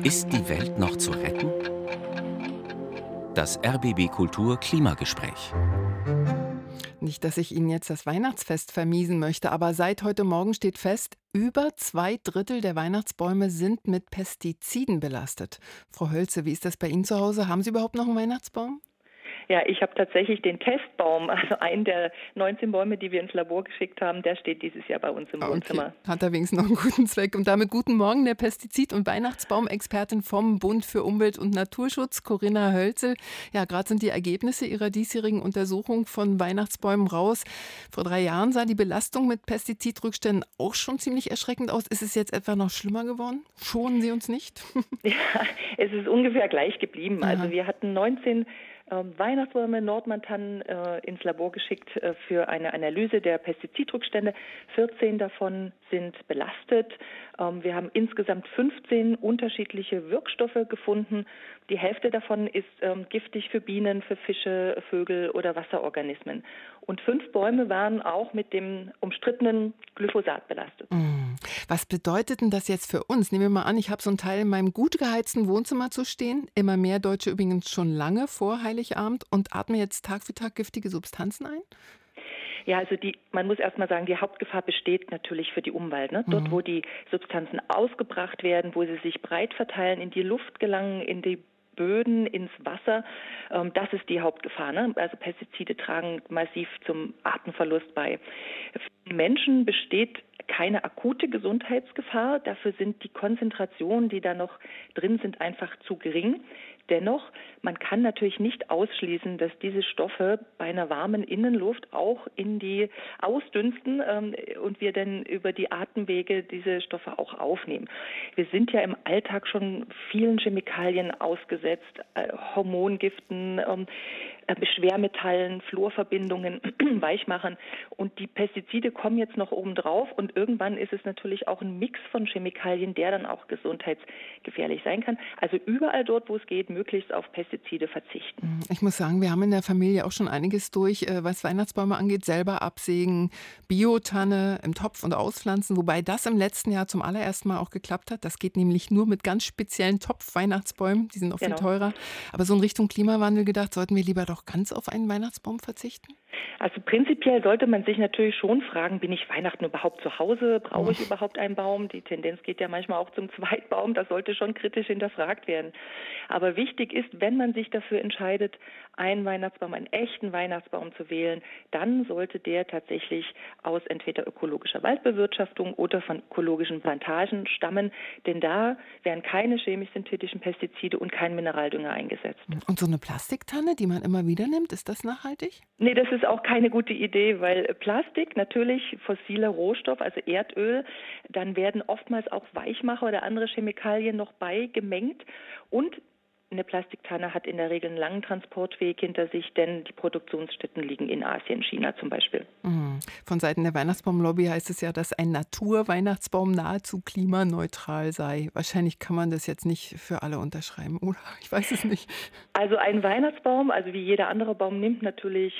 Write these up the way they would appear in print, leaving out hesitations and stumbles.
Ist die Welt noch zu retten? Das RBB Kultur Klimagespräch. Nicht, dass ich Ihnen jetzt das Weihnachtsfest vermiesen möchte, aber seit heute Morgen steht fest, über 2 Drittel der Weihnachtsbäume sind mit Pestiziden belastet. Frau Hölze, wie ist das bei Ihnen zu Hause? Haben Sie überhaupt noch einen Weihnachtsbaum? Ja, ich habe tatsächlich den Testbaum, also einen der 19 Bäume, die wir ins Labor geschickt haben, der steht dieses Jahr bei uns im Okay, Wohnzimmer. hat er wenigstens noch einen guten Zweck. Und damit guten Morgen der Pestizid- und Weihnachtsbaumexpertin vom Bund für Umwelt und Naturschutz, Corinna Hölzel. Ja, gerade sind die Ergebnisse Ihrer diesjährigen Untersuchung von Weihnachtsbäumen raus. Vor 3 Jahren sah die Belastung mit Pestizidrückständen auch schon ziemlich erschreckend aus. Ist es jetzt etwa noch schlimmer geworden? Schonen Sie uns nicht? Ja, es ist ungefähr gleich geblieben. Aha. Also wir hatten 19 Weihnachtsbäume, Nordmantannen ins Labor geschickt für eine Analyse der Pestizidrückstände. 14 davon sind belastet. Wir haben insgesamt 15 unterschiedliche Wirkstoffe gefunden. Die Hälfte davon ist giftig für Bienen, für Fische, Vögel oder Wasserorganismen. Und 5 Bäume waren auch mit dem umstrittenen Glyphosat belastet. Was bedeutet denn das jetzt für uns? Nehmen wir mal an, ich habe so einen Teil in meinem gut geheizten Wohnzimmer zu stehen. Immer mehr Deutsche übrigens schon lange vor Heiligabend und atmen jetzt Tag für Tag giftige Substanzen ein? Ja, also man muss erst mal sagen, die Hauptgefahr besteht natürlich für die Umwelt. Ne? Dort, wo die Substanzen ausgebracht werden, wo sie sich breit verteilen, in die Luft gelangen, in die Böden, ins Wasser, das ist die Hauptgefahr. Ne? Also Pestizide tragen massiv zum Artenverlust bei. Für Menschen besteht keine akute Gesundheitsgefahr. Dafür sind die Konzentrationen, die da noch drin sind, einfach zu gering. Dennoch, man kann natürlich nicht ausschließen, dass diese Stoffe bei einer warmen Innenluft auch in die ausdünsten und wir dann über die Atemwege diese Stoffe auch aufnehmen. Wir sind ja im Alltag schon vielen Chemikalien ausgesetzt, Hormongiften, Schwermetallen, Fluorverbindungen, Weichmachern. Und die Pestizide kommen jetzt noch obendrauf und irgendwann ist es natürlich auch ein Mix von Chemikalien, der dann auch gesundheitsgefährlich sein kann. Also überall dort, wo es geht, möglichst auf Pestizide verzichten. Ich muss sagen, wir haben in der Familie auch schon einiges durch, was Weihnachtsbäume angeht. Selber absägen, Biotanne im Topf und auspflanzen, wobei das im letzten Jahr zum allerersten Mal auch geklappt hat. Das geht nämlich nur mit ganz speziellen Topf-Weihnachtsbäumen, die sind auch viel Genau. teurer. Aber so in Richtung Klimawandel gedacht, sollten wir lieber doch ganz auf einen Weihnachtsbaum verzichten? Also prinzipiell sollte man sich natürlich schon fragen, bin ich Weihnachten überhaupt zu Hause? Brauche ich überhaupt einen Baum? Die Tendenz geht ja manchmal auch zum Zweitbaum. Das sollte schon kritisch hinterfragt werden. Aber wichtig ist, wenn man sich dafür entscheidet, einen Weihnachtsbaum, einen echten Weihnachtsbaum zu wählen, dann sollte der tatsächlich aus entweder ökologischer Waldbewirtschaftung oder von ökologischen Plantagen stammen. Denn da werden keine chemisch-synthetischen Pestizide und kein Mineraldünger eingesetzt. Und so eine Plastiktanne, die man immer wieder nimmt, ist das nachhaltig? Nee, das ist auch keine gute Idee, weil Plastik, natürlich fossiler Rohstoff, also Erdöl, dann werden oftmals auch Weichmacher oder andere Chemikalien noch beigemengt und eine Plastiktanne hat in der Regel einen langen Transportweg hinter sich, denn die Produktionsstätten liegen in Asien, China zum Beispiel. Von Seiten der Weihnachtsbaumlobby heißt es ja, dass ein Naturweihnachtsbaum nahezu klimaneutral sei. Wahrscheinlich kann man das jetzt nicht für alle unterschreiben, oder? Ich weiß es nicht. Also ein Weihnachtsbaum, also wie jeder andere Baum, nimmt natürlich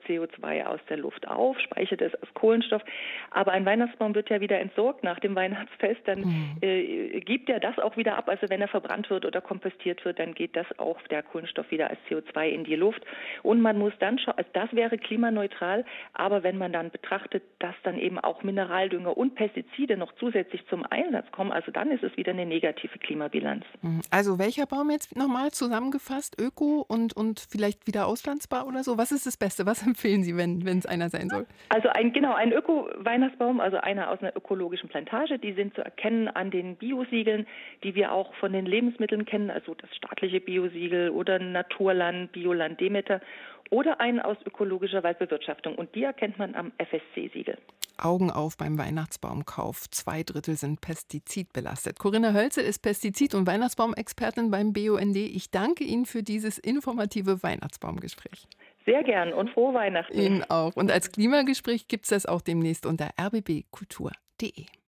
CO2 aus der Luft auf, speichert es als Kohlenstoff. Aber ein Weihnachtsbaum wird ja wieder entsorgt nach dem Weihnachtsfest. Dann gibt er das auch wieder ab. Also wenn er verbrannt wird oder kompostiert wird, dann geht das auch, der Kohlenstoff, wieder als CO2 in die Luft. Und man muss dann schauen, also das wäre klimaneutral. Aber wenn man dann betrachtet, dass dann eben auch Mineraldünger und Pestizide noch zusätzlich zum Einsatz kommen, also dann ist es wieder eine negative Klimabilanz. Also welcher Baum jetzt nochmal zusammengefasst? Öko und vielleicht wieder auspflanzbar oder so? Was ist das Beste? Was empfehlen Sie, wenn es einer sein soll? Also ein Öko-Weihnachtsbaum, also einer aus einer ökologischen Plantage, die sind zu erkennen an den Biosiegeln, die wir auch von den Lebensmitteln kennen, also das staatliche Biosiegel oder Naturland, Bioland Demeter oder einen aus ökologischer Waldbewirtschaftung und die erkennt man am FSC-Siegel. Augen auf beim Weihnachtsbaumkauf. 2 Drittel sind pestizidbelastet. Corinna Hölzel ist Pestizid- und Weihnachtsbaumexpertin beim BUND. Ich danke Ihnen für dieses informative Weihnachtsbaumgespräch. Sehr gern und frohe Weihnachten. Ihnen auch. Und als Klimagespräch gibt es das auch demnächst unter rbbkultur.de.